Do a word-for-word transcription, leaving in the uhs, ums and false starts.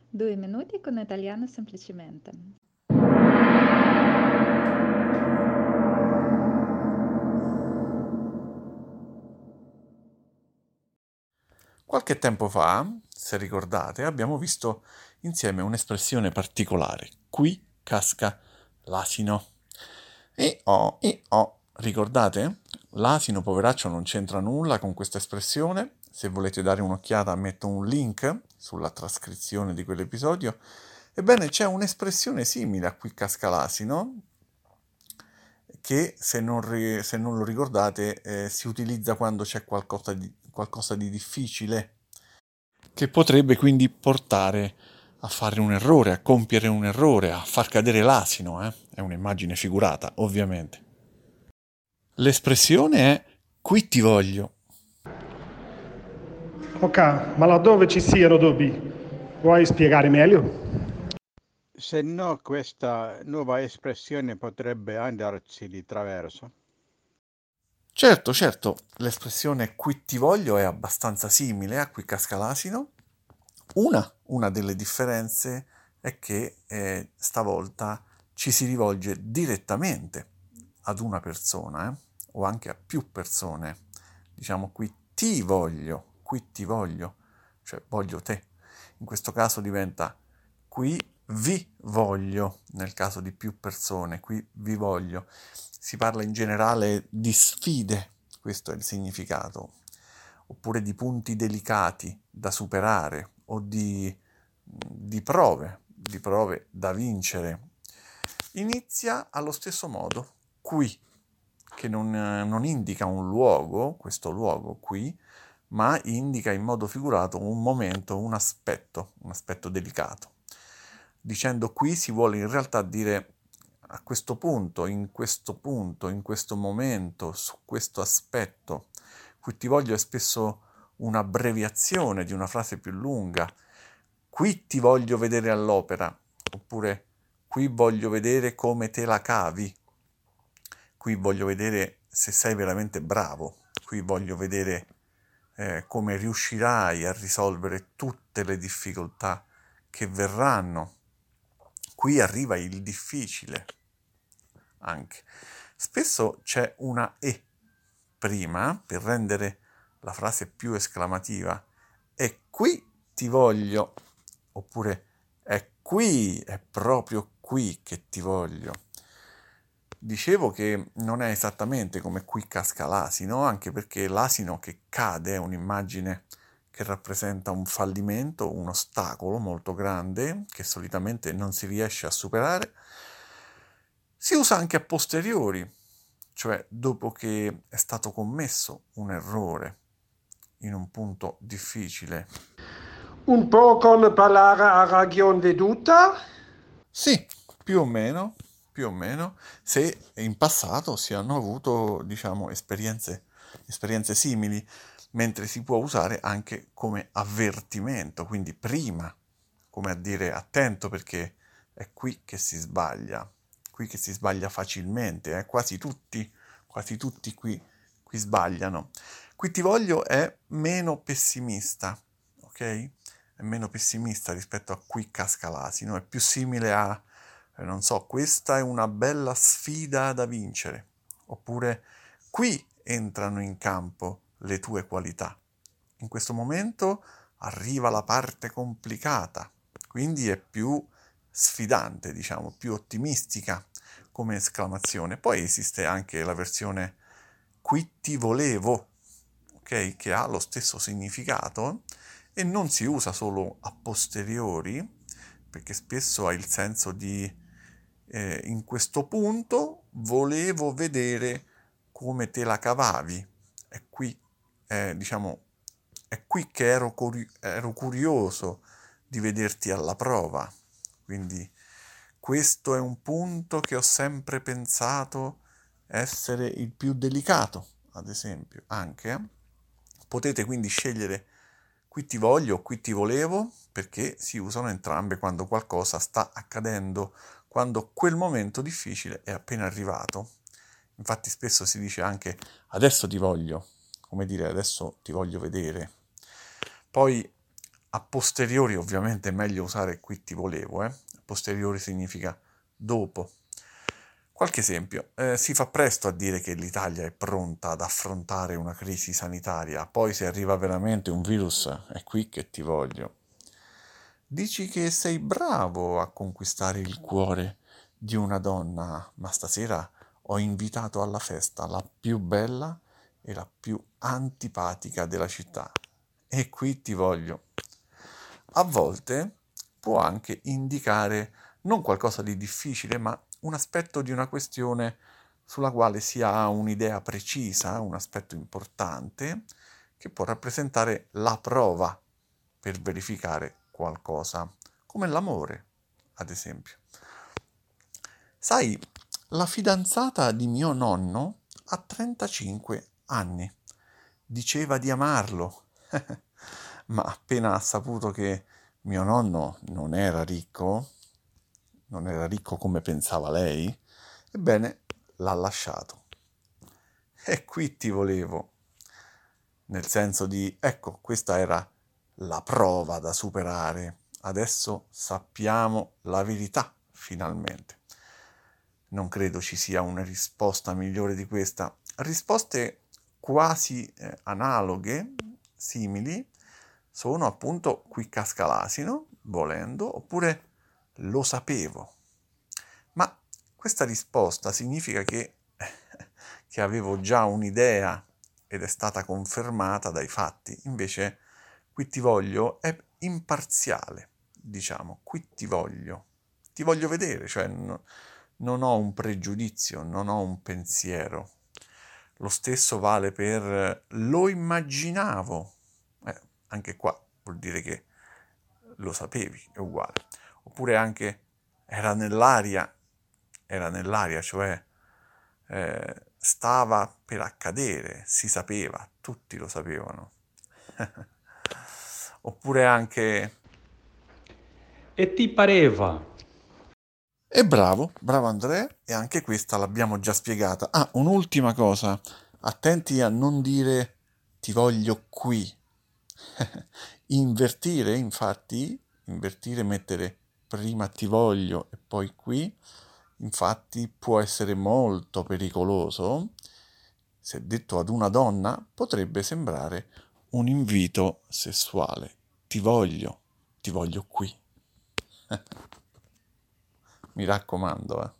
Due minuti con italiano semplicemente. Qualche tempo fa, se ricordate, abbiamo visto insieme un'espressione particolare. Qui casca l'asino. E oh, e oh, ricordate? L'asino, poveraccio, non c'entra nulla con questa espressione. Se volete dare un'occhiata, metto un link sulla trascrizione di quell'episodio. Ebbene, c'è un'espressione simile a qui casca l'asino, che se non, ri- se non lo ricordate eh, si utilizza quando c'è qualcosa di, qualcosa di difficile, che potrebbe quindi portare a fare un errore, a compiere un errore, a far cadere l'asino, eh? È un'immagine figurata, ovviamente. L'espressione è qui ti voglio. Ok, ma laddove ci siano dubbi, vuoi spiegare meglio? Se no, questa nuova espressione potrebbe andarci di traverso. Certo, certo, l'espressione qui ti voglio è abbastanza simile a qui casca l'asino. Una, una delle differenze è che eh, stavolta ci si rivolge direttamente ad una persona, eh, o anche a più persone. Diciamo qui ti voglio, qui ti voglio, cioè voglio te. In questo caso diventa qui vi voglio, nel caso di più persone, qui vi voglio. Si parla in generale di sfide, questo è il significato, oppure di punti delicati da superare o di, di prove, di prove da vincere. Inizia allo stesso modo qui, che non, non indica un luogo, questo luogo qui, ma indica in modo figurato un momento, un aspetto, un aspetto delicato. Dicendo qui si vuole in realtà dire a questo punto, in questo punto, in questo momento, su questo aspetto. Qui ti voglio è spesso un'abbreviazione di una frase più lunga. Qui ti voglio vedere all'opera, oppure qui voglio vedere come te la cavi. Qui voglio vedere se sei veramente bravo. Qui voglio vedere eh, come riuscirai a risolvere tutte le difficoltà che verranno. Qui arriva il difficile anche. Spesso c'è una E prima per rendere la frase più esclamativa. E qui ti voglio, oppure è qui, è proprio qui che ti voglio. Dicevo che non è esattamente come qui casca l'asino, anche perché l'asino che cade è un'immagine che rappresenta un fallimento, un ostacolo molto grande che solitamente non si riesce a superare. Si usa anche a posteriori, cioè dopo che è stato commesso un errore in un punto difficile. Un po' come parlare a ragion veduta? Sì, più o meno, più o meno, se in passato si hanno avuto, diciamo, esperienze, esperienze simili, mentre si può usare anche come avvertimento, quindi prima, come a dire attento perché è qui che si sbaglia, qui che si sbaglia facilmente, eh? Quasi tutti, quasi tutti qui, qui sbagliano. Qui ti voglio è meno pessimista, ok? È meno pessimista rispetto a qui casca l'asino, è più simile a, eh, non so, questa è una bella sfida da vincere, oppure qui entrano in campo le tue qualità. In questo momento arriva la parte complicata, quindi è più sfidante, diciamo, più ottimistica come esclamazione. Poi esiste anche la versione qui ti volevo, ok, che ha lo stesso significato e non si usa solo a posteriori, perché spesso ha il senso di eh, in questo punto volevo vedere come te la cavavi. È qui, eh, diciamo, è qui che ero, curi- ero curioso di vederti alla prova. Quindi questo è un punto che ho sempre pensato essere il più delicato, ad esempio, anche. Potete quindi scegliere qui ti voglio o qui ti volevo, perché si usano entrambe quando qualcosa sta accadendo, quando quel momento difficile è appena arrivato. Infatti spesso si dice anche adesso ti voglio, come dire adesso ti voglio vedere. Poi A posteriori ovviamente è meglio usare qui ti volevo, eh? A posteriori significa dopo. Qualche esempio, eh, si fa presto a dire che l'Italia è pronta ad affrontare una crisi sanitaria, poi se arriva veramente un virus è qui che ti voglio. Dici che sei bravo a conquistare il cuore di una donna, ma stasera ho invitato alla festa la più bella e la più antipatica della città. E qui ti voglio. A volte può anche indicare non qualcosa di difficile, ma un aspetto di una questione sulla quale si ha un'idea precisa, un aspetto importante, che può rappresentare la prova per verificare qualcosa, come l'amore, ad esempio. Sai, la fidanzata di mio nonno ha trentacinque anni. Diceva di amarlo, ma appena ha saputo che mio nonno non era ricco, non era ricco come pensava lei, ebbene l'ha lasciato. E qui ti volevo, nel senso di, ecco, questa era la prova da superare. Adesso sappiamo la verità, finalmente. Non credo ci sia una risposta migliore di questa. Risposte quasi eh, analoghe, simili, sono appunto qui casca l'asino, volendo, oppure lo sapevo. Ma questa risposta significa che, che avevo già un'idea ed è stata confermata dai fatti. Invece qui ti voglio è imparziale, diciamo, qui ti voglio. Ti voglio vedere, cioè no, non ho un pregiudizio, non ho un pensiero. Lo stesso vale per lo immaginavo. Eh, anche qua vuol dire che lo sapevi, è uguale. Oppure anche era nell'aria, era nell'aria, cioè eh, stava per accadere, si sapeva, tutti lo sapevano. Oppure anche E ti pareva? e bravo, bravo Andrea, e anche questa l'abbiamo già spiegata. Ah, un'ultima cosa, attenti a non dire ti voglio qui. Invertire, infatti, invertire, mettere prima ti voglio e poi qui, infatti può essere molto pericoloso. Se detto ad una donna, potrebbe sembrare un invito sessuale. Ti voglio, ti voglio qui. Mi raccomando, eh.